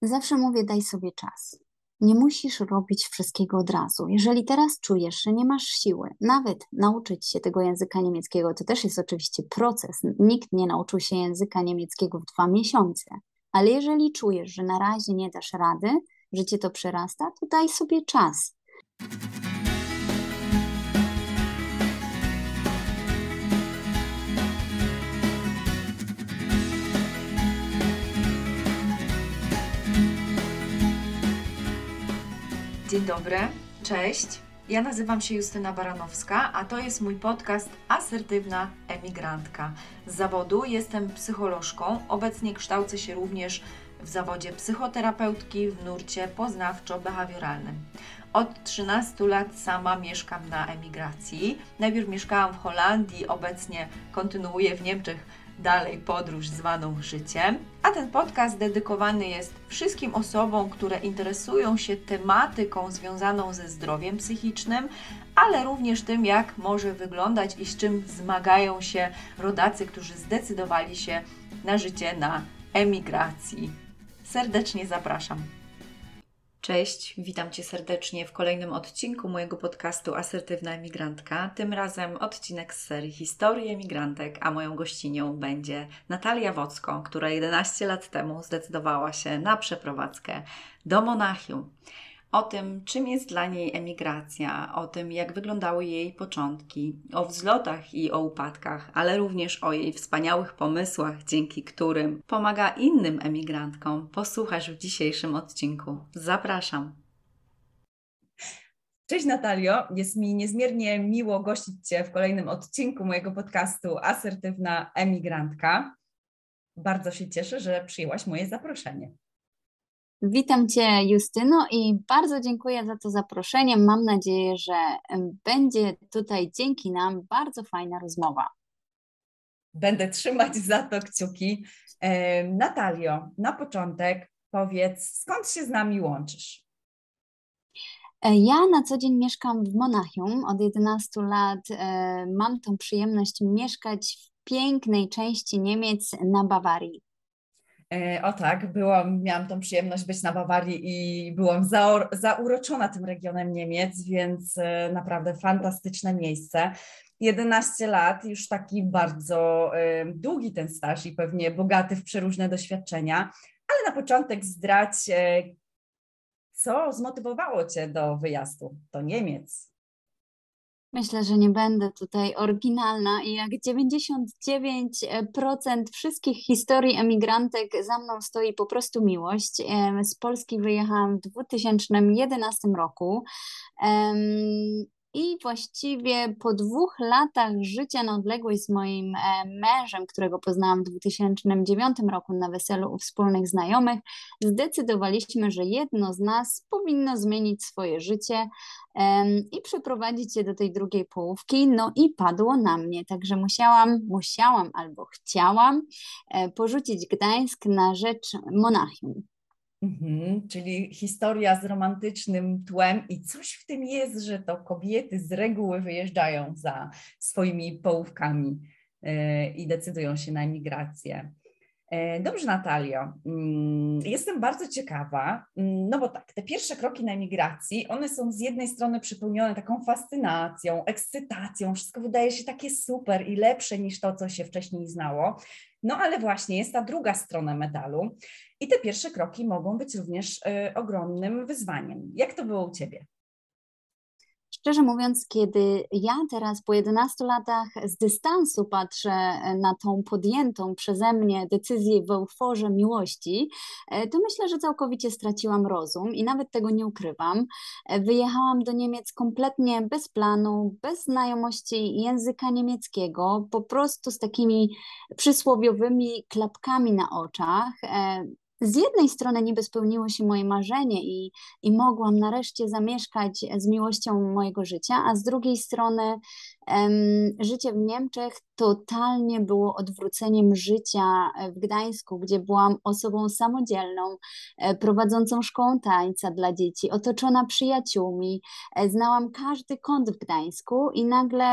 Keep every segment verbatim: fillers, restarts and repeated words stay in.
Zawsze mówię, daj sobie czas. Nie musisz robić wszystkiego od razu. Jeżeli teraz czujesz, że nie masz siły, nawet nauczyć się tego języka niemieckiego, to też jest oczywiście proces. Nikt nie nauczył się języka niemieckiego w dwa miesiące. Ale jeżeli czujesz, że na razie nie dasz rady, że cię to przerasta, to daj sobie czas. Dzień dobry, cześć. Ja nazywam się Justyna Baranowska, a to jest mój podcast Asertywna Emigrantka. Z zawodu jestem psycholożką, obecnie kształcę się również w zawodzie psychoterapeutki w nurcie poznawczo-behawioralnym. Od trzynastu lat sama mieszkam na emigracji. Najpierw mieszkałam w Holandii, obecnie kontynuuję w Niemczech dalej podróż zwaną życiem, a ten podcast dedykowany jest wszystkim osobom, które interesują się tematyką związaną ze zdrowiem psychicznym, ale również tym, jak może wyglądać i z czym zmagają się rodacy, którzy zdecydowali się na życie na emigracji. Serdecznie zapraszam. Cześć, witam Cię serdecznie w kolejnym odcinku mojego podcastu Asertywna Emigrantka. Tym razem odcinek z serii Historii Emigrantek, a moją gościnią będzie Natalia Wocko, która jedenaście lat temu zdecydowała się na przeprowadzkę do Monachium. O tym, czym jest dla niej emigracja, o tym, jak wyglądały jej początki, o wzlotach i o upadkach, ale również o jej wspaniałych pomysłach, dzięki którym pomaga innym emigrantkom, posłuchasz w dzisiejszym odcinku. Zapraszam. Cześć Natalio, jest mi niezmiernie miło gościć Cię w kolejnym odcinku mojego podcastu Asertywna Emigrantka. Bardzo się cieszę, że przyjęłaś moje zaproszenie. Witam Cię, Justyno, i bardzo dziękuję za to zaproszenie. Mam nadzieję, że będzie tutaj dzięki nam bardzo fajna rozmowa. Będę trzymać za to kciuki. E, Natalio, na początek powiedz, skąd się z nami łączysz? Ja na co dzień mieszkam w Monachium. Od jedenastu lat e, mam tą przyjemność mieszkać w pięknej części Niemiec na Bawarii. O tak, byłam, miałam tą przyjemność być na Bawarii i byłam zaur, zauroczona tym regionem Niemiec, więc naprawdę fantastyczne miejsce. jedenaście lat, już taki bardzo y, długi ten staż i pewnie bogaty w przeróżne doświadczenia, ale na początek zdradź, y, co zmotywowało Cię do wyjazdu do Niemiec? Myślę, że nie będę tutaj oryginalna i jak dziewięćdziesiąt dziewięć procent wszystkich historii emigrantek za mną stoi po prostu miłość. Z Polski wyjechałam w dwa tysiące jedenastym roku. I właściwie po dwóch latach życia na odległość z moim mężem, którego poznałam w dwa tysiące dziewiątym roku na weselu u wspólnych znajomych, zdecydowaliśmy, że jedno z nas powinno zmienić swoje życie um, i przeprowadzić się do tej drugiej połówki. No i padło na mnie, także musiałam, musiałam albo chciałam e, porzucić Gdańsk na rzecz Monachium. Mhm, czyli historia z romantycznym tłem i coś w tym jest, że to kobiety z reguły wyjeżdżają za swoimi połówkami yy, i decydują się na emigrację. Yy, dobrze, Natalio, yy, jestem bardzo ciekawa, yy, no bo tak, te pierwsze kroki na emigracji, one są z jednej strony przypełnione taką fascynacją, ekscytacją, wszystko wydaje się takie super i lepsze niż to, co się wcześniej znało. No ale właśnie jest ta druga strona medalu i te pierwsze kroki mogą być również y, ogromnym wyzwaniem. Jak to było u Ciebie? Szczerze mówiąc, kiedy ja teraz po jedenastu latach z dystansu patrzę na tą podjętą przeze mnie decyzję w euforze miłości, to myślę, że całkowicie straciłam rozum i nawet tego nie ukrywam. Wyjechałam do Niemiec kompletnie bez planu, bez znajomości języka niemieckiego, po prostu z takimi przysłowiowymi klapkami na oczach. Z jednej strony niby spełniło się moje marzenie i, i mogłam nareszcie zamieszkać z miłością mojego życia, a z drugiej strony um, życie w Niemczech totalnie było odwróceniem życia w Gdańsku, gdzie byłam osobą samodzielną, prowadzącą szkołę tańca dla dzieci, otoczona przyjaciółmi. Znałam każdy kąt w Gdańsku i nagle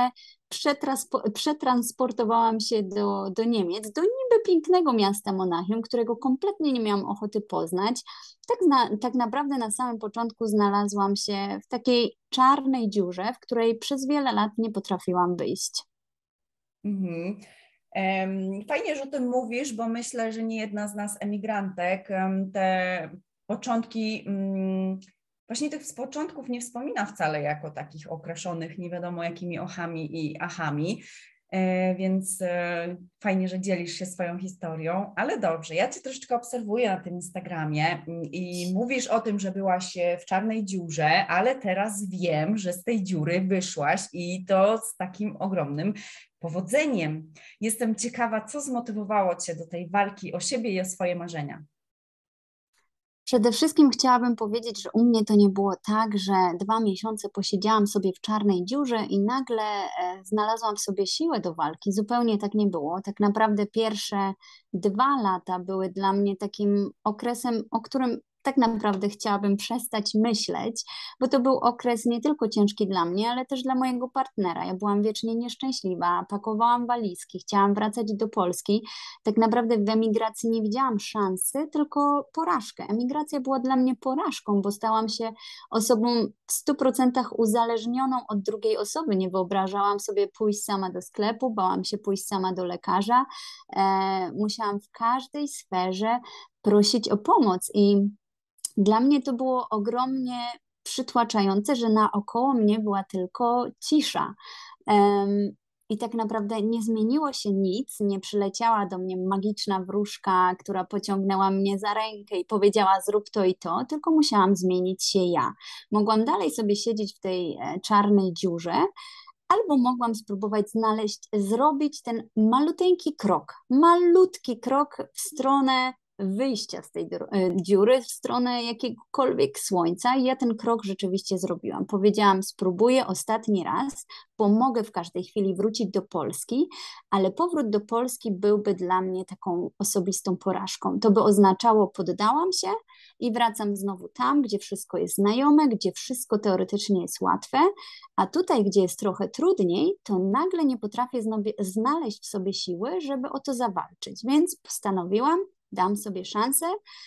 przetranspo- przetransportowałam się do, do Niemiec, do niby pięknego miasta Monachium, którego kompletnie nie miałam ochoty poznać. Tak, na, tak naprawdę na samym początku znalazłam się w takiej czarnej dziurze, w której przez wiele lat nie potrafiłam wyjść. Mhm. Em, Fajnie, że o tym mówisz, bo myślę, że nie jedna z nas emigrantek em, te początki, mm, właśnie tych z początków nie wspomina wcale jako takich okraszonych nie wiadomo jakimi ochami i achami, E, więc e, fajnie, że dzielisz się swoją historią, ale dobrze, ja Cię troszeczkę obserwuję na tym Instagramie mm, i mówisz o tym, że byłaś e, w czarnej dziurze, ale teraz wiem, że z tej dziury wyszłaś i to z takim ogromnym powodzeniem. Jestem ciekawa, co zmotywowało Cię do tej walki o siebie i o swoje marzenia. Przede wszystkim chciałabym powiedzieć, że u mnie to nie było tak, że dwa miesiące posiedziałam sobie w czarnej dziurze i nagle e, znalazłam w sobie siłę do walki. Zupełnie tak nie było. Tak naprawdę pierwsze dwa lata były dla mnie takim okresem, o którym tak naprawdę chciałabym przestać myśleć, bo to był okres nie tylko ciężki dla mnie, ale też dla mojego partnera. Ja byłam wiecznie nieszczęśliwa, pakowałam walizki, chciałam wracać do Polski. Tak naprawdę w emigracji nie widziałam szansy, tylko porażkę. Emigracja była dla mnie porażką, bo stałam się osobą w stu procentach uzależnioną od drugiej osoby. Nie wyobrażałam sobie pójść sama do sklepu, bałam się pójść sama do lekarza. E, musiałam w każdej sferze prosić o pomoc i dla mnie to było ogromnie przytłaczające, że naokoło mnie była tylko cisza. Em, I tak naprawdę nie zmieniło się nic, nie przyleciała do mnie magiczna wróżka, która pociągnęła mnie za rękę i powiedziała zrób to i to, tylko musiałam zmienić się ja. Mogłam dalej sobie siedzieć w tej e, czarnej dziurze, albo mogłam spróbować znaleźć, zrobić ten maluteńki krok, malutki krok w stronę wyjścia z tej dziury, w stronę jakiegokolwiek słońca. I ja ten krok rzeczywiście zrobiłam. Powiedziałam, spróbuję ostatni raz, bo mogę w każdej chwili wrócić do Polski, ale powrót do Polski byłby dla mnie taką osobistą porażką. To by oznaczało, poddałam się i wracam znowu tam, gdzie wszystko jest znajome, gdzie wszystko teoretycznie jest łatwe, a tutaj, gdzie jest trochę trudniej, to nagle nie potrafię znaleźć w sobie siły, żeby o to zawalczyć. Więc postanowiłam, dam sobie szansę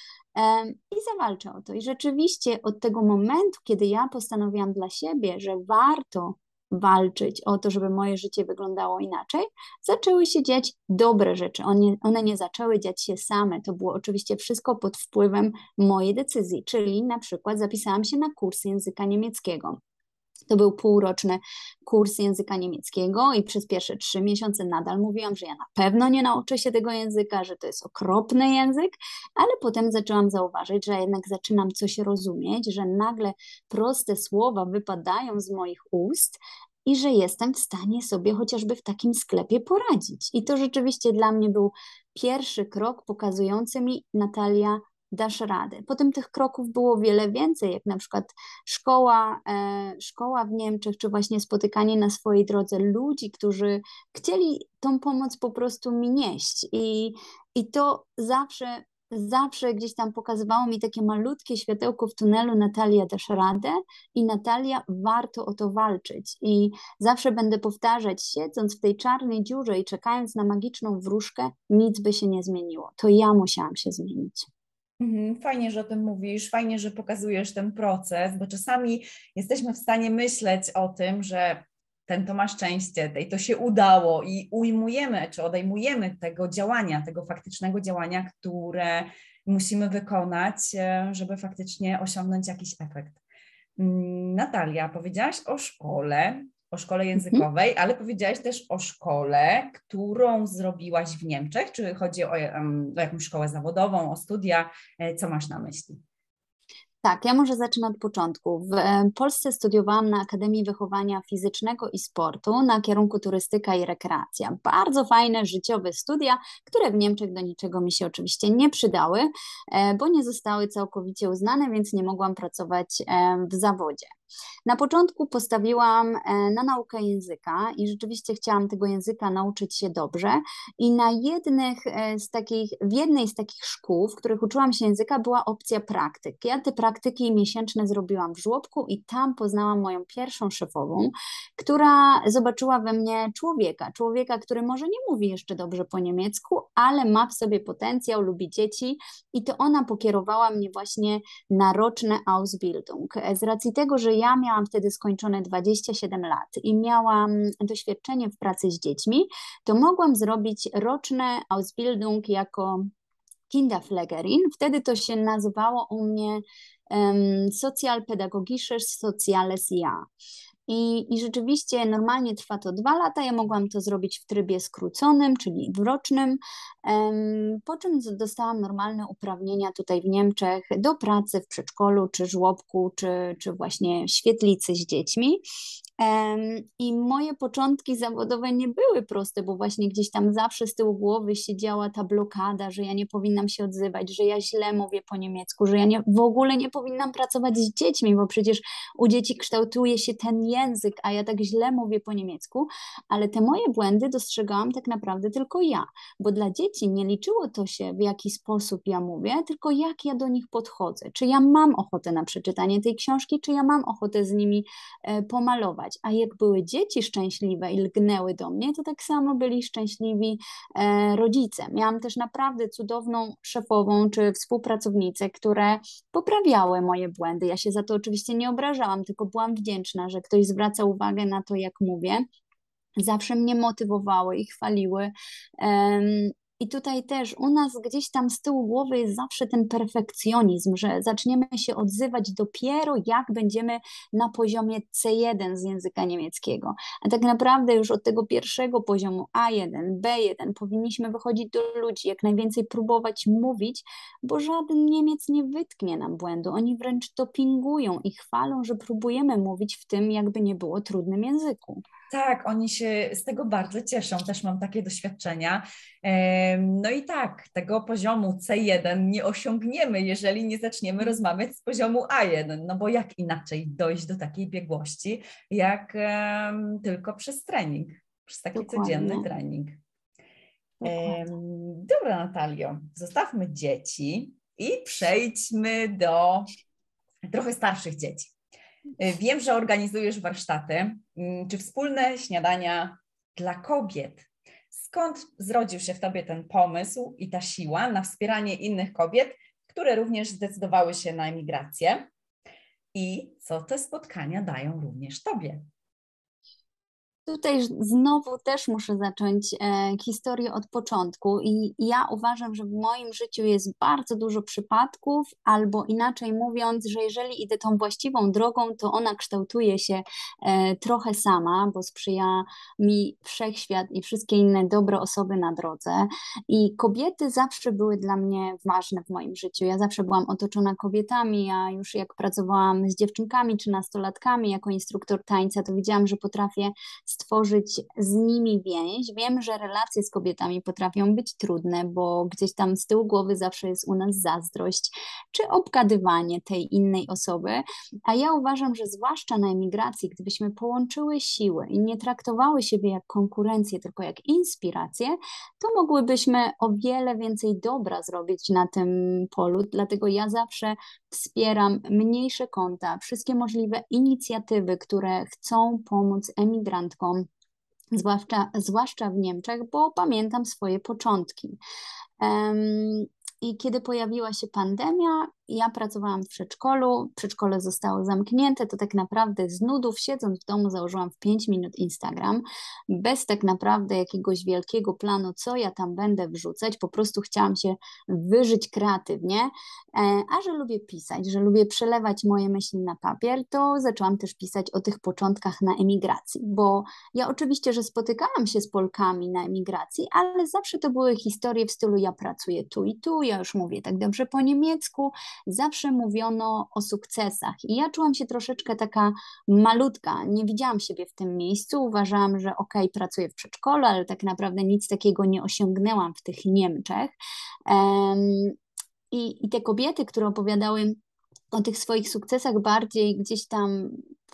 um, i zawalczę o to. I rzeczywiście od tego momentu, kiedy ja postanowiłam dla siebie, że warto walczyć o to, żeby moje życie wyglądało inaczej, zaczęły się dziać dobre rzeczy. One, one nie zaczęły dziać się same. To było oczywiście wszystko pod wpływem mojej decyzji, czyli na przykład zapisałam się na kurs języka niemieckiego. To był półroczny kurs języka niemieckiego i przez pierwsze trzy miesiące nadal mówiłam, że ja na pewno nie nauczę się tego języka, że to jest okropny język, ale potem zaczęłam zauważyć, że jednak zaczynam coś rozumieć, że nagle proste słowa wypadają z moich ust i że jestem w stanie sobie chociażby w takim sklepie poradzić. I to rzeczywiście dla mnie był pierwszy krok pokazujący mi, Natalia, dasz radę. Potem tych kroków było wiele więcej, jak na przykład szkoła, e, szkoła w Niemczech, czy właśnie spotykanie na swojej drodze ludzi, którzy chcieli tą pomoc po prostu mi nieść. I, i to zawsze, zawsze gdzieś tam pokazywało mi takie malutkie światełko w tunelu: Natalia, dasz radę i Natalia, warto o to walczyć. I zawsze będę powtarzać, siedząc w tej czarnej dziurze i czekając na magiczną wróżkę, nic by się nie zmieniło. To ja musiałam się zmienić. Fajnie, że o tym mówisz, fajnie, że pokazujesz ten proces, bo czasami jesteśmy w stanie myśleć o tym, że ten to ma szczęście, tej to się udało i ujmujemy, czy odejmujemy tego działania, tego faktycznego działania, które musimy wykonać, żeby faktycznie osiągnąć jakiś efekt. Natalia, powiedziałaś o szkole, o szkole językowej, mhm. ale powiedziałaś też o szkole, którą zrobiłaś w Niemczech. Czy chodzi o, um, o jakąś szkołę zawodową, o studia? Co masz na myśli? Tak, ja może zacznę od początku. W Polsce studiowałam na Akademii Wychowania Fizycznego i Sportu na kierunku turystyka i rekreacja. Bardzo fajne, życiowe studia, które w Niemczech do niczego mi się oczywiście nie przydały, bo nie zostały całkowicie uznane, więc nie mogłam pracować w zawodzie. Na początku postawiłam na naukę języka i rzeczywiście chciałam tego języka nauczyć się dobrze i na jednych z takich, w jednej z takich szkół, w których uczyłam się języka, była opcja praktyk. Ja te praktyki miesięczne zrobiłam w żłobku i tam poznałam moją pierwszą szefową, która zobaczyła we mnie człowieka, człowieka, który może nie mówi jeszcze dobrze po niemiecku, ale ma w sobie potencjał, lubi dzieci i to ona pokierowała mnie właśnie na roczne Ausbildung. Z racji tego, że ja miałam wtedy skończone dwadzieścia siedem lat i miałam doświadczenie w pracy z dziećmi, to mogłam zrobić roczne Ausbildung jako Kinderpflegerin. Wtedy to się nazywało u mnie um, Sozialpädagogisches Soziales Jahr. I, I rzeczywiście normalnie trwa to dwa lata, ja mogłam to zrobić w trybie skróconym, czyli w rocznym, um, po czym dostałam normalne uprawnienia tutaj w Niemczech do pracy w przedszkolu, czy żłobku, czy, czy właśnie świetlicy z dziećmi. Um, I moje początki zawodowe nie były proste, bo właśnie gdzieś tam zawsze z tyłu głowy siedziała ta blokada, że ja nie powinnam się odzywać, że ja źle mówię po niemiecku, że ja nie, w ogóle nie powinnam pracować z dziećmi, bo przecież u dzieci kształtuje się ten język, a ja tak źle mówię po niemiecku, ale te moje błędy dostrzegałam tak naprawdę tylko ja, bo dla dzieci nie liczyło to się, w jaki sposób ja mówię, tylko jak ja do nich podchodzę, czy ja mam ochotę na przeczytanie tej książki, czy ja mam ochotę z nimi e, pomalować. A jak były dzieci szczęśliwe i lgnęły do mnie, to tak samo byli szczęśliwi e, rodzice. Miałam też naprawdę cudowną szefową czy współpracownicę, które poprawiały moje błędy. Ja się za to oczywiście nie obrażałam, tylko byłam wdzięczna, że ktoś zwraca uwagę na to, jak mówię. Zawsze mnie motywowały i chwaliły. Um, I tutaj też u nas gdzieś tam z tyłu głowy jest zawsze ten perfekcjonizm, że zaczniemy się odzywać dopiero jak będziemy na poziomie C jeden z języka niemieckiego. A tak naprawdę już od tego pierwszego poziomu A jeden, B jeden powinniśmy wychodzić do ludzi, jak najwięcej próbować mówić, bo żaden Niemiec nie wytknie nam błędu. Oni wręcz dopingują i chwalą, że próbujemy mówić w tym jakby nie było trudnym języku. Tak, oni się z tego bardzo cieszą, też mam takie doświadczenia. No i tak, tego poziomu C jeden nie osiągniemy, jeżeli nie zaczniemy rozmawiać z poziomu A jeden, no bo jak inaczej dojść do takiej biegłości, jak um, tylko przez trening, przez taki Dokładnie. codzienny trening. Um, dobra, Natalio, zostawmy dzieci i przejdźmy do trochę starszych dzieci. Wiem, że organizujesz warsztaty czy wspólne śniadania dla kobiet. Skąd zrodził się w Tobie ten pomysł i ta siła na wspieranie innych kobiet, które również zdecydowały się na emigrację? I co te spotkania dają również Tobie? Tutaj znowu też muszę zacząć e, historię od początku i ja uważam, że w moim życiu jest bardzo dużo przypadków, albo inaczej mówiąc, że jeżeli idę tą właściwą drogą, to ona kształtuje się e, trochę sama, bo sprzyja mi wszechświat i wszystkie inne dobre osoby na drodze i kobiety zawsze były dla mnie ważne w moim życiu. Ja zawsze byłam otoczona kobietami, ja już jak pracowałam z dziewczynkami czy nastolatkami jako instruktor tańca, to widziałam, że potrafię stworzyć z nimi więź. Wiem, że relacje z kobietami potrafią być trudne, bo gdzieś tam z tyłu głowy zawsze jest u nas zazdrość czy obgadywanie tej innej osoby, a ja uważam, że zwłaszcza na emigracji, gdybyśmy połączyły siły i nie traktowały siebie jak konkurencję, tylko jak inspirację, to mogłybyśmy o wiele więcej dobra zrobić na tym polu, dlatego ja zawsze wspieram mniejsze konta, wszystkie możliwe inicjatywy, które chcą pomóc emigrantkom, zwłaszcza, zwłaszcza w Niemczech, bo pamiętam swoje początki. Um, I kiedy pojawiła się pandemia, ja pracowałam w przedszkolu, przedszkole zostało zamknięte, to tak naprawdę z nudów, siedząc w domu, założyłam w pięć minut Instagram, bez tak naprawdę jakiegoś wielkiego planu, co ja tam będę wrzucać, po prostu chciałam się wyżyć kreatywnie, a że lubię pisać, że lubię przelewać moje myśli na papier, to zaczęłam też pisać o tych początkach na emigracji, bo ja oczywiście, że spotykałam się z Polkami na emigracji, ale zawsze to były historie w stylu ja pracuję tu i tu, ja już mówię tak dobrze po niemiecku, zawsze mówiono o sukcesach i ja czułam się troszeczkę taka malutka, nie widziałam siebie w tym miejscu, uważałam, że okej, okay, pracuję w przedszkolu, ale tak naprawdę nic takiego nie osiągnęłam w tych Niemczech. Um, i, I te kobiety, które opowiadały o tych swoich sukcesach bardziej gdzieś tam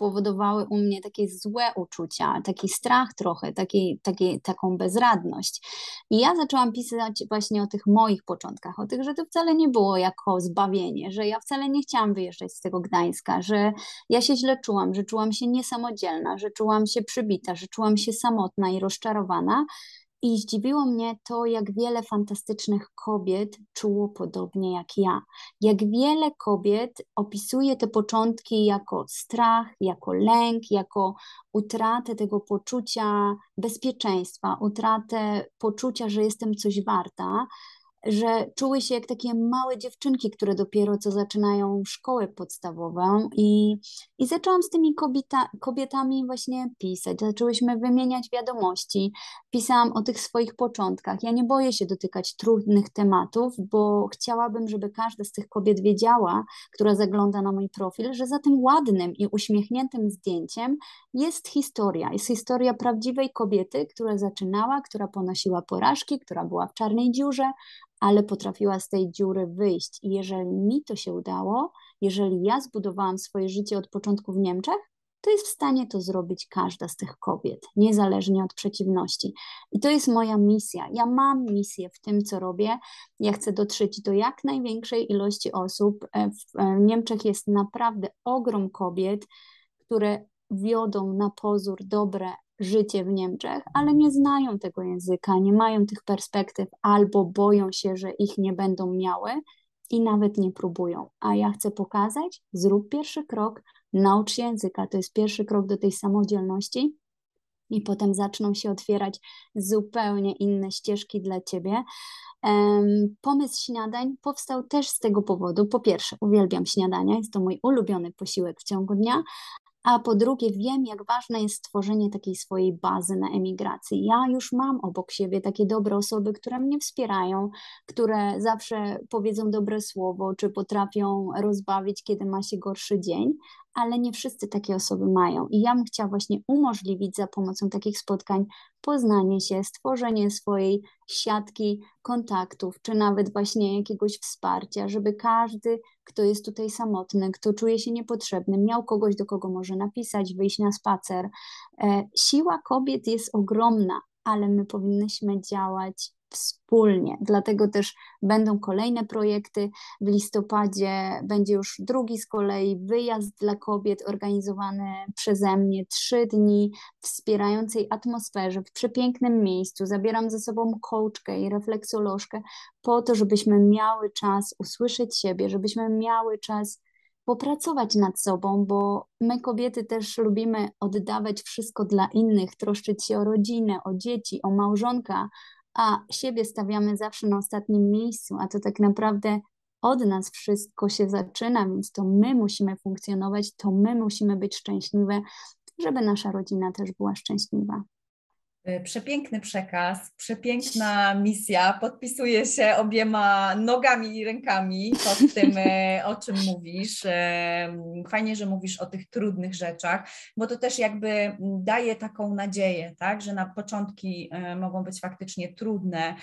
powodowały u mnie takie złe uczucia, taki strach trochę, taki, taki, taką bezradność. I ja zaczęłam pisać właśnie o tych moich początkach, o tych, że to wcale nie było jako zbawienie, że ja wcale nie chciałam wyjeżdżać z tego Gdańska, że ja się źle czułam, że czułam się niesamodzielna, że czułam się przybita, że czułam się samotna i rozczarowana. I zdziwiło mnie to, jak wiele fantastycznych kobiet czuło podobnie jak ja. Jak wiele kobiet opisuje te początki jako strach, jako lęk, jako utratę tego poczucia bezpieczeństwa, utratę poczucia, że jestem coś warta, że czuły się jak takie małe dziewczynki, które dopiero co zaczynają szkołę podstawową i, i zaczęłam z tymi kobieta, kobietami właśnie pisać, zaczęłyśmy wymieniać wiadomości, pisałam o tych swoich początkach. Ja nie boję się dotykać trudnych tematów, bo chciałabym, żeby każda z tych kobiet wiedziała, która zagląda na mój profil, że za tym ładnym i uśmiechniętym zdjęciem jest historia, jest historia prawdziwej kobiety, która zaczynała, która ponosiła porażki, która była w czarnej dziurze, ale potrafiła z tej dziury wyjść. I jeżeli mi to się udało, jeżeli ja zbudowałam swoje życie od początku w Niemczech, to jest w stanie to zrobić każda z tych kobiet, niezależnie od przeciwności. I to jest moja misja. Ja mam misję w tym, co robię. Ja chcę dotrzeć do jak największej ilości osób. W Niemczech jest naprawdę ogrom kobiet, które wiodą na pozór dobre życie w Niemczech, ale nie znają tego języka, nie mają tych perspektyw albo boją się, że ich nie będą miały i nawet nie próbują. A ja chcę pokazać, zrób pierwszy krok, naucz się języka, to jest pierwszy krok do tej samodzielności i potem zaczną się otwierać zupełnie inne ścieżki dla Ciebie. Um, pomysł śniadań powstał też z tego powodu. Po pierwsze, uwielbiam śniadania, jest to mój ulubiony posiłek w ciągu dnia, a po drugie wiem, jak ważne jest stworzenie takiej swojej bazy na emigracji. Ja już mam obok siebie takie dobre osoby, które mnie wspierają, które zawsze powiedzą dobre słowo, czy potrafią rozbawić, kiedy ma się gorszy dzień, ale nie wszyscy takie osoby mają. I ja bym chciała właśnie umożliwić za pomocą takich spotkań poznanie się, stworzenie swojej siatki kontaktów, czy nawet właśnie jakiegoś wsparcia, żeby każdy, kto jest tutaj samotny, kto czuje się niepotrzebny, miał kogoś, do kogo może napisać, wyjść na spacer. E, siła kobiet jest ogromna, ale my powinnyśmy działać wspólnie. Dlatego też będą kolejne projekty. W listopadzie będzie już drugi z kolei wyjazd dla kobiet organizowany przeze mnie, trzy dni w wspierającej atmosferze, w przepięknym miejscu. Zabieram ze sobą coachkę i refleksolożkę po to, żebyśmy miały czas usłyszeć siebie, żebyśmy miały czas popracować nad sobą, bo my kobiety też lubimy oddawać wszystko dla innych, troszczyć się o rodzinę, o dzieci, o małżonka, a siebie stawiamy zawsze na ostatnim miejscu, a to tak naprawdę od nas wszystko się zaczyna, więc to my musimy funkcjonować, to my musimy być szczęśliwe, żeby nasza rodzina też była szczęśliwa. Przepiękny przekaz, przepiękna misja. Podpisuję się obiema nogami i rękami pod tym, o czym mówisz. Fajnie, że mówisz o tych trudnych rzeczach, bo to też jakby daje taką nadzieję, tak, że na początki mogą być faktycznie trudne,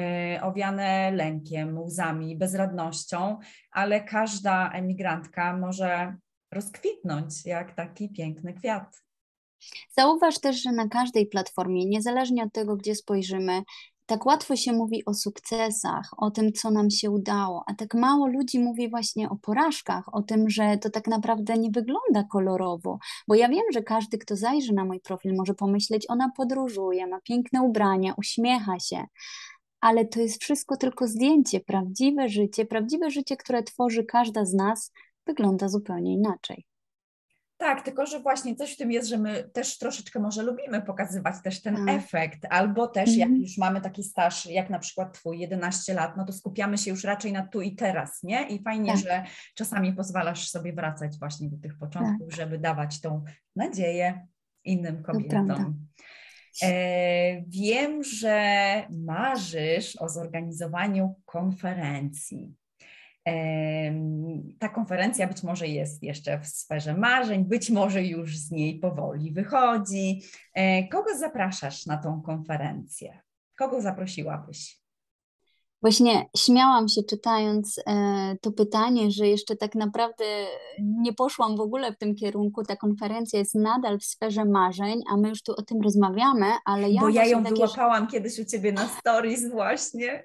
owiane lękiem, łzami, bezradnością, ale każda emigrantka może rozkwitnąć jak taki piękny kwiat. Zauważ też, że na każdej platformie, niezależnie od tego, gdzie spojrzymy, tak łatwo się mówi o sukcesach, o tym, co nam się udało, a tak mało ludzi mówi właśnie o porażkach, o tym, że to tak naprawdę nie wygląda kolorowo, bo ja wiem, że każdy, kto zajrzy na mój profil, może pomyśleć, ona podróżuje, ma piękne ubrania, uśmiecha się, ale to jest wszystko tylko zdjęcie. Prawdziwe życie, prawdziwe życie, które tworzy każda z nas, wygląda zupełnie inaczej. Tak, tylko że właśnie coś w tym jest, że my też troszeczkę może lubimy pokazywać też ten tak. efekt, albo też jak Mhm. już mamy taki staż, jak na przykład twój, jedenaście lat, no to skupiamy się już raczej na tu i teraz, nie? I fajnie, Tak. że czasami pozwalasz sobie wracać właśnie do tych początków, Tak. żeby dawać tą nadzieję innym To prawda. kobietom. E, wiem, że marzysz o zorganizowaniu konferencji. Ta konferencja być może jest jeszcze w sferze marzeń, być może już z niej powoli wychodzi. Kogo zapraszasz na tą konferencję? Kogo zaprosiłabyś? Właśnie śmiałam się czytając e, to pytanie, że jeszcze tak naprawdę nie poszłam w ogóle w tym kierunku. Ta konferencja jest nadal w sferze marzeń, a my już tu o tym rozmawiamy, ale Bo ja ja właśnie ją takie wyłapałam kiedyś u Ciebie na stories właśnie.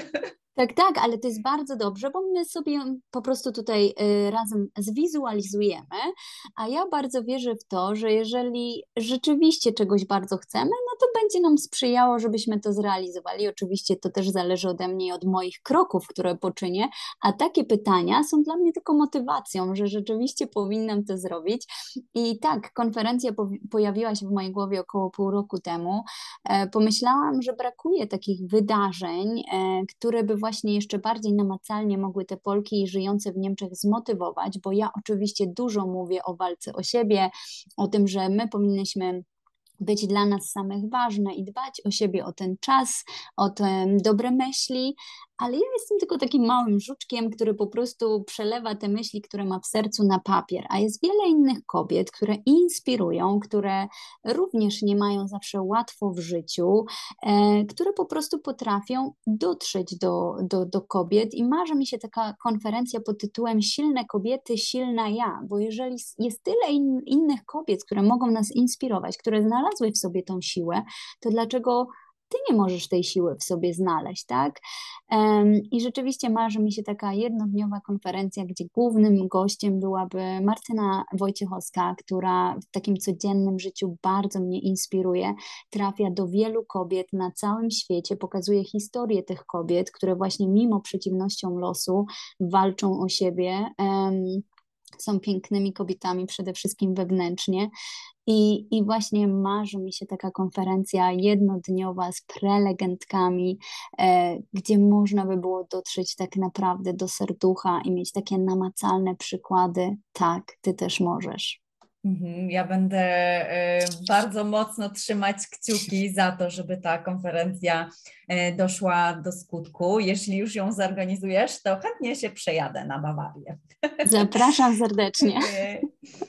tak, tak, ale to jest bardzo dobrze, bo my sobie po prostu tutaj y, razem zwizualizujemy, a ja bardzo wierzę w to, że jeżeli rzeczywiście czegoś bardzo chcemy, no to będzie nam sprzyjało, żebyśmy to zrealizowali. Oczywiście to też zależy ode mnie i od moich kroków, które poczynię, a takie pytania są dla mnie tylko motywacją, że rzeczywiście powinnam to zrobić. I tak, konferencja po pojawiła się w mojej głowie około pół roku temu. E, Pomyślałam, że brakuje takich wydarzeń, e, które by właśnie jeszcze bardziej namacalnie mogły te Polki żyjące w Niemczech zmotywować, bo ja oczywiście dużo mówię o walce o siebie, o tym, że my powinnyśmy być dla nas samych ważne i dbać o siebie, o ten czas, o te dobre myśli, ale ja jestem tylko takim małym żuczkiem, który po prostu przelewa te myśli, które ma w sercu na papier, a jest wiele innych kobiet, które inspirują, które również nie mają zawsze łatwo w życiu, e, które po prostu potrafią dotrzeć do, do, do kobiet i marzy mi się taka konferencja pod tytułem Silne kobiety, silna ja, bo jeżeli jest tyle in, innych kobiet, które mogą nas inspirować, które znalazły w sobie tą siłę, to dlaczego ty nie możesz tej siły w sobie znaleźć, tak? Em, I rzeczywiście marzy mi się taka jednodniowa konferencja, gdzie głównym gościem byłaby Martyna Wojciechowska, która w takim codziennym życiu bardzo mnie inspiruje, trafia do wielu kobiet na całym świecie, pokazuje historię tych kobiet, które właśnie mimo przeciwnościom losu walczą o siebie. em, Są pięknymi kobietami, przede wszystkim wewnętrznie. I, I właśnie marzy mi się taka konferencja jednodniowa z prelegentkami, e, gdzie można by było dotrzeć tak naprawdę do serducha i mieć takie namacalne przykłady. Tak, ty też możesz. Mhm. Ja będę e, bardzo mocno trzymać kciuki za to, żeby ta konferencja e, doszła do skutku. Jeśli już ją zorganizujesz, to chętnie się przejadę na Bawarię. Zapraszam serdecznie. E,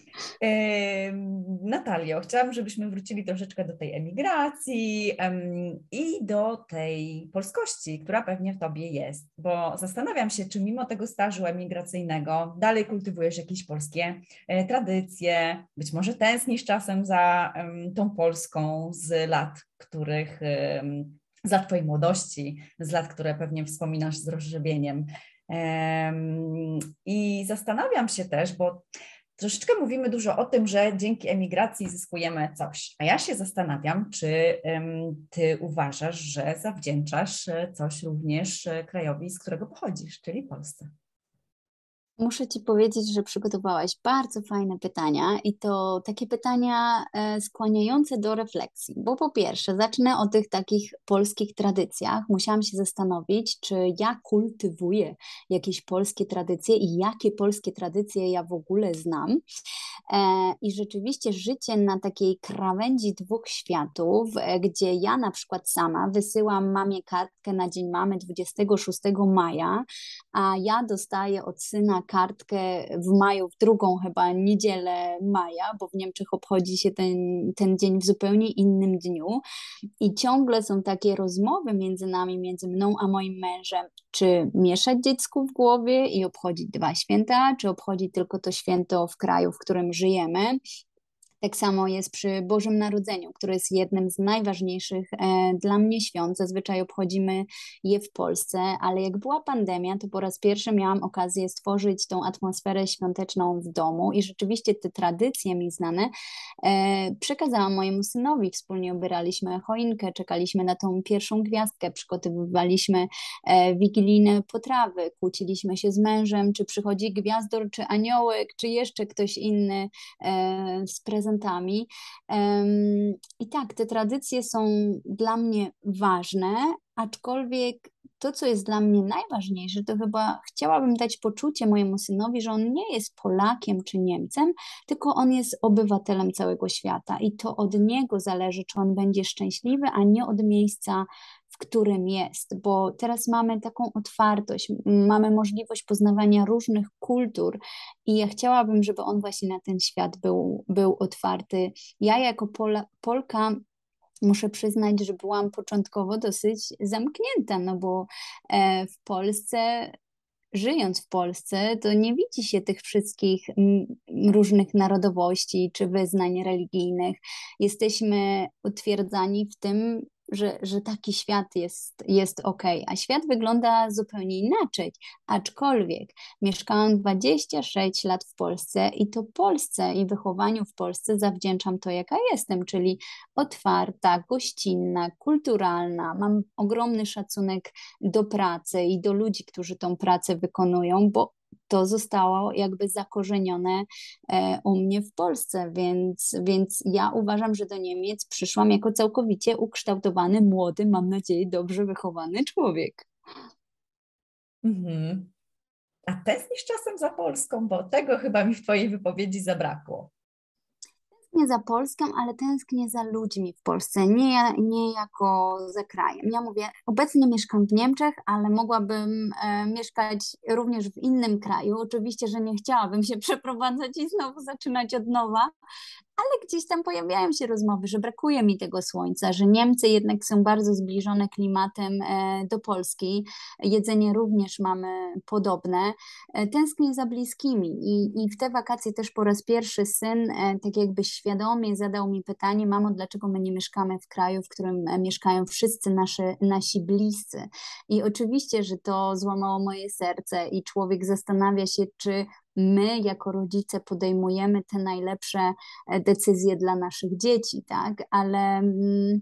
e, Natalio, chciałam, żebyśmy wrócili troszeczkę do tej emigracji em, i do tej polskości, która pewnie w tobie jest, bo zastanawiam się, czy mimo tego stażu emigracyjnego dalej kultywujesz jakieś polskie e, tradycje, być może tęsknisz czasem za em, tą Polską z lat, których em, z lat twojej młodości, z lat, które pewnie wspominasz z rozżywieniem. Em, I zastanawiam się też, bo troszeczkę mówimy dużo o tym, że dzięki emigracji zyskujemy coś, a ja się zastanawiam, czy um, ty uważasz, że zawdzięczasz coś również krajowi, z którego pochodzisz, czyli Polsce. Muszę ci powiedzieć, że przygotowałaś bardzo fajne pytania i to takie pytania e, skłaniające do refleksji, bo po pierwsze zacznę o tych takich polskich tradycjach. Musiałam się zastanowić, czy ja kultywuję jakieś polskie tradycje i jakie polskie tradycje ja w ogóle znam. E, I rzeczywiście życie na takiej krawędzi dwóch światów, e, gdzie ja na przykład sama wysyłam mamie kartkę na Dzień Mamy dwudziestego szóstego maja, a ja dostaję od syna kartkę w maju, w drugą chyba niedzielę maja, bo w Niemczech obchodzi się ten, ten dzień w zupełnie innym dniu. I ciągle są takie rozmowy między nami, między mną a moim mężem, czy mieszać dziecku w głowie i obchodzić dwa święta, czy obchodzić tylko to święto w kraju, w którym żyjemy. Tak samo jest przy Bożym Narodzeniu, które jest jednym z najważniejszych e, dla mnie świąt. Zazwyczaj obchodzimy je w Polsce, ale jak była pandemia, to po raz pierwszy miałam okazję stworzyć tą atmosferę świąteczną w domu i rzeczywiście te tradycje mi znane e, przekazałam mojemu synowi. Wspólnie ubieraliśmy choinkę, czekaliśmy na tą pierwszą gwiazdkę, przygotowywaliśmy e, wigilijne potrawy, kłóciliśmy się z mężem, czy przychodzi gwiazdor, czy aniołek, czy jeszcze ktoś inny e, z prezentacją. I tak, te tradycje są dla mnie ważne, aczkolwiek to, co jest dla mnie najważniejsze, to chyba chciałabym dać poczucie mojemu synowi, że on nie jest Polakiem czy Niemcem, tylko on jest obywatelem całego świata i to od niego zależy, czy on będzie szczęśliwy, a nie od miejsca, w którym jest, bo teraz mamy taką otwartość, mamy możliwość poznawania różnych kultur i ja chciałabym, żeby on właśnie na ten świat był, był otwarty. Ja jako Pola, Polka muszę przyznać, że byłam początkowo dosyć zamknięta, no bo e, w Polsce, żyjąc w Polsce, to nie widzi się tych wszystkich mm, różnych narodowości czy wyznań religijnych. Jesteśmy utwierdzani w tym, że, że taki świat jest, jest okej, a świat wygląda zupełnie inaczej. Aczkolwiek mieszkałam dwadzieścia sześć lat w Polsce i to Polsce i wychowaniu w Polsce zawdzięczam to, jaka jestem, czyli otwarta, gościnna, kulturalna. Mam ogromny szacunek do pracy i do ludzi, którzy tą pracę wykonują, bo to zostało jakby zakorzenione e, u mnie w Polsce, więc, więc ja uważam, że do Niemiec przyszłam jako całkowicie ukształtowany, młody, mam nadzieję, dobrze wychowany człowiek. Mhm. A tęsknisz czasem za Polską, bo tego chyba mi w Twojej wypowiedzi zabrakło. Tęsknię za Polską, ale tęsknię za ludźmi w Polsce, nie, nie jako za krajem. Ja mówię, obecnie mieszkam w Niemczech, ale mogłabym e, mieszkać również w innym kraju. Oczywiście, że nie chciałabym się przeprowadzać i znowu zaczynać od nowa, ale gdzieś tam pojawiają się rozmowy, że brakuje mi tego słońca, że Niemcy jednak są bardzo zbliżone klimatem e, do Polski. Jedzenie również mamy podobne. E, Tęsknię za bliskimi i, i w te wakacje też po raz pierwszy syn e, tak jakby świadomie zadał mi pytanie: mamo, dlaczego my nie mieszkamy w kraju, w którym e, mieszkają wszyscy nasze, nasi bliscy? I oczywiście, że to złamało moje serce i człowiek zastanawia się, czy my jako rodzice podejmujemy te najlepsze decyzje dla naszych dzieci, tak? Ale mm,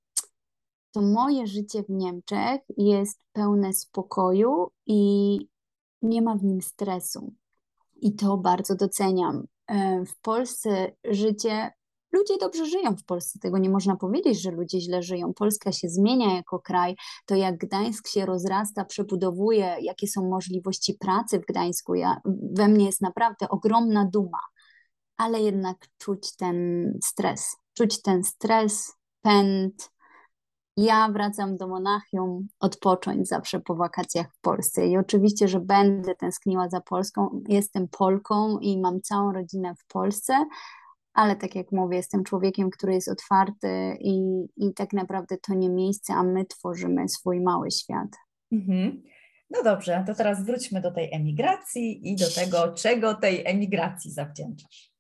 to moje życie w Niemczech jest pełne spokoju i nie ma w nim stresu. I to bardzo doceniam. E, W Polsce życie, ludzie dobrze żyją w Polsce, tego nie można powiedzieć, że ludzie źle żyją. Polska się zmienia jako kraj, to jak Gdańsk się rozrasta, przebudowuje, jakie są możliwości pracy w Gdańsku. Ja, we mnie jest naprawdę ogromna duma, ale jednak czuć ten stres, czuć ten stres, pęd. Ja wracam do Monachium odpocząć zawsze po wakacjach w Polsce i oczywiście, że będę tęskniła za Polską. Jestem Polką i mam całą rodzinę w Polsce, ale tak jak mówię, jestem człowiekiem, który jest otwarty i, i tak naprawdę to nie miejsce, a my tworzymy swój mały świat. Mhm. No dobrze, to teraz wróćmy do tej emigracji i do tego, czego tej emigracji zawdzięczasz.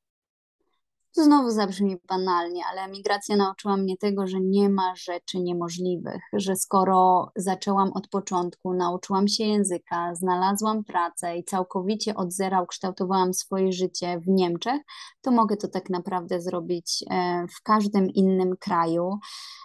To znowu zabrzmi banalnie, ale emigracja nauczyła mnie tego, że nie ma rzeczy niemożliwych, że skoro zaczęłam od początku, nauczyłam się języka, znalazłam pracę i całkowicie od zera ukształtowałam swoje życie w Niemczech, to mogę to tak naprawdę zrobić e, w każdym innym kraju.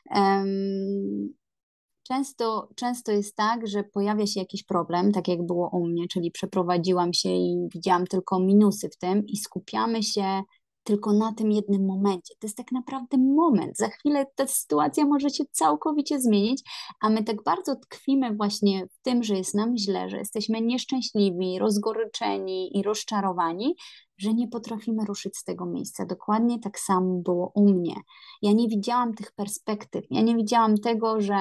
Em, Często, często jest tak, że pojawia się jakiś problem, tak jak było u mnie, czyli przeprowadziłam się i widziałam tylko minusy w tym i skupiamy się tylko na tym jednym momencie. To jest tak naprawdę moment. Za chwilę ta sytuacja może się całkowicie zmienić, a my tak bardzo tkwimy właśnie w tym, że jest nam źle, że jesteśmy nieszczęśliwi, rozgoryczeni i rozczarowani, że nie potrafimy ruszyć z tego miejsca. Dokładnie tak samo było u mnie. Ja nie widziałam tych perspektyw. Ja nie widziałam tego, że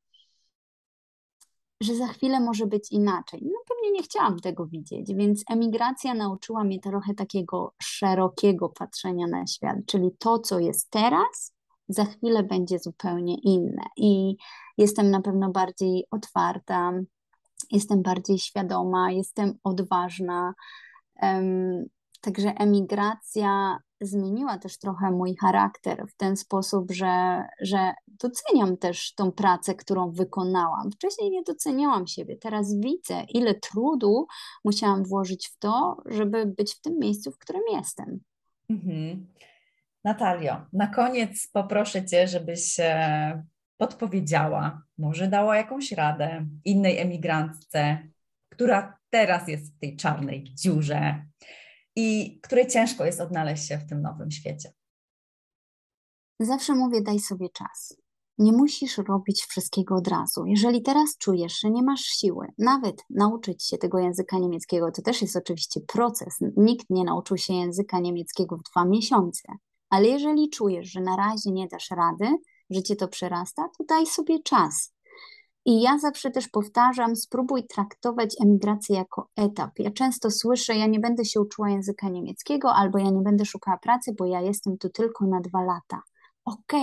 że za chwilę może być inaczej. No pewnie nie chciałam tego widzieć, więc emigracja nauczyła mnie trochę takiego szerokiego patrzenia na świat, czyli to, co jest teraz, za chwilę będzie zupełnie inne. I jestem na pewno bardziej otwarta, jestem bardziej świadoma, jestem odważna. Em, Także emigracja zmieniła też trochę mój charakter w ten sposób, że, że doceniam też tą pracę, którą wykonałam. Wcześniej nie doceniałam siebie, teraz widzę, ile trudu musiałam włożyć w to, żeby być w tym miejscu, w którym jestem. Mhm. Natalio, na koniec poproszę Cię, żebyś e, podpowiedziała, może dała jakąś radę innej emigrantce, która teraz jest w tej czarnej dziurze i której ciężko jest odnaleźć się w tym nowym świecie. Zawsze mówię, daj sobie czas. Nie musisz robić wszystkiego od razu. Jeżeli teraz czujesz, że nie masz siły, nawet nauczyć się tego języka niemieckiego, to też jest oczywiście proces. Nikt nie nauczył się języka niemieckiego w dwa miesiące. Ale jeżeli czujesz, że na razie nie dasz rady, że cię to przerasta, to daj sobie czas. I ja zawsze też powtarzam, spróbuj traktować emigrację jako etap. Ja często słyszę, ja nie będę się uczyła języka niemieckiego, albo ja nie będę szukała pracy, bo ja jestem tu tylko na dwa lata. Okej,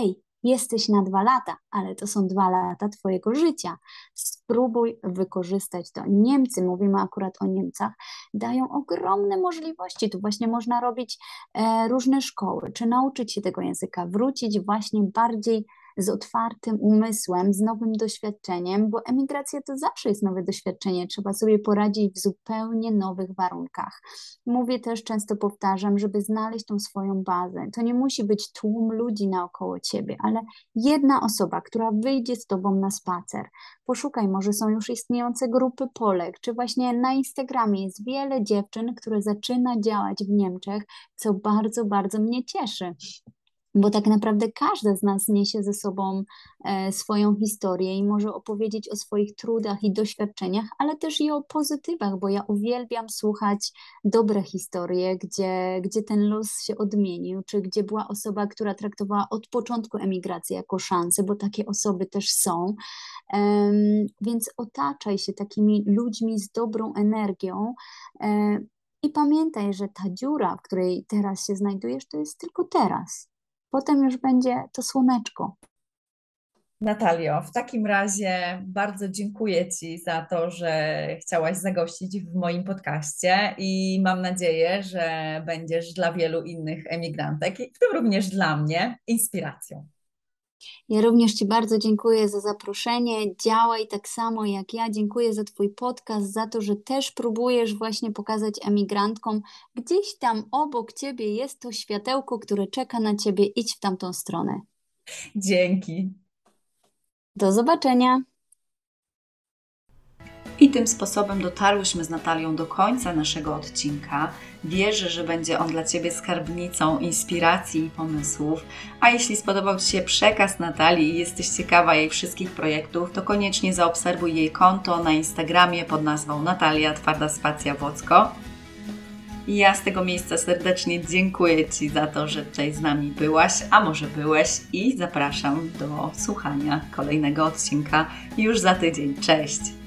Jesteś na dwa lata, ale to są dwa lata twojego życia. Spróbuj wykorzystać to. Niemcy, mówimy akurat o Niemcach, dają ogromne możliwości. Tu właśnie można robić e, różne szkoły, czy nauczyć się tego języka, wrócić właśnie bardziej z otwartym umysłem, z nowym doświadczeniem, bo emigracja to zawsze jest nowe doświadczenie, trzeba sobie poradzić w zupełnie nowych warunkach. Mówię też, często powtarzam, żeby znaleźć tą swoją bazę. To nie musi być tłum ludzi naokoło ciebie, ale jedna osoba, która wyjdzie z tobą na spacer. Poszukaj, może są już istniejące grupy Polek, czy właśnie na Instagramie jest wiele dziewczyn, które zaczyna działać w Niemczech, co bardzo, bardzo mnie cieszy. Bo tak naprawdę każda z nas niesie ze sobą e, swoją historię i może opowiedzieć o swoich trudach i doświadczeniach, ale też i o pozytywach, bo ja uwielbiam słuchać dobre historie, gdzie, gdzie ten los się odmienił, czy gdzie była osoba, która traktowała od początku emigrację jako szansę, bo takie osoby też są. Um, więc otaczaj się takimi ludźmi z dobrą energią. E, I pamiętaj, że ta dziura, w której teraz się znajdujesz, to jest tylko teraz. Potem już będzie to słoneczko. Natalio, w takim razie bardzo dziękuję Ci za to, że chciałaś zagościć w moim podcaście i mam nadzieję, że będziesz dla wielu innych emigrantek, w tym również dla mnie, inspiracją. Ja również Ci bardzo dziękuję za zaproszenie. Działaj tak samo jak ja. Dziękuję za Twój podcast, za to, że też próbujesz właśnie pokazać emigrantkom, gdzieś tam obok Ciebie jest to światełko, które czeka na Ciebie. Idź w tamtą stronę. Dzięki. Do zobaczenia. I tym sposobem dotarłyśmy z Natalią do końca naszego odcinka. Wierzę, że będzie on dla Ciebie skarbnicą inspiracji i pomysłów. A jeśli spodobał Ci się przekaz Natalii i jesteś ciekawa jej wszystkich projektów, to koniecznie zaobserwuj jej konto na Instagramie pod nazwą Natalia Twarda Spacja Wocko. I ja z tego miejsca serdecznie dziękuję Ci za to, że tutaj z nami byłaś, a może byłeś, i zapraszam do słuchania kolejnego odcinka już za tydzień. Cześć!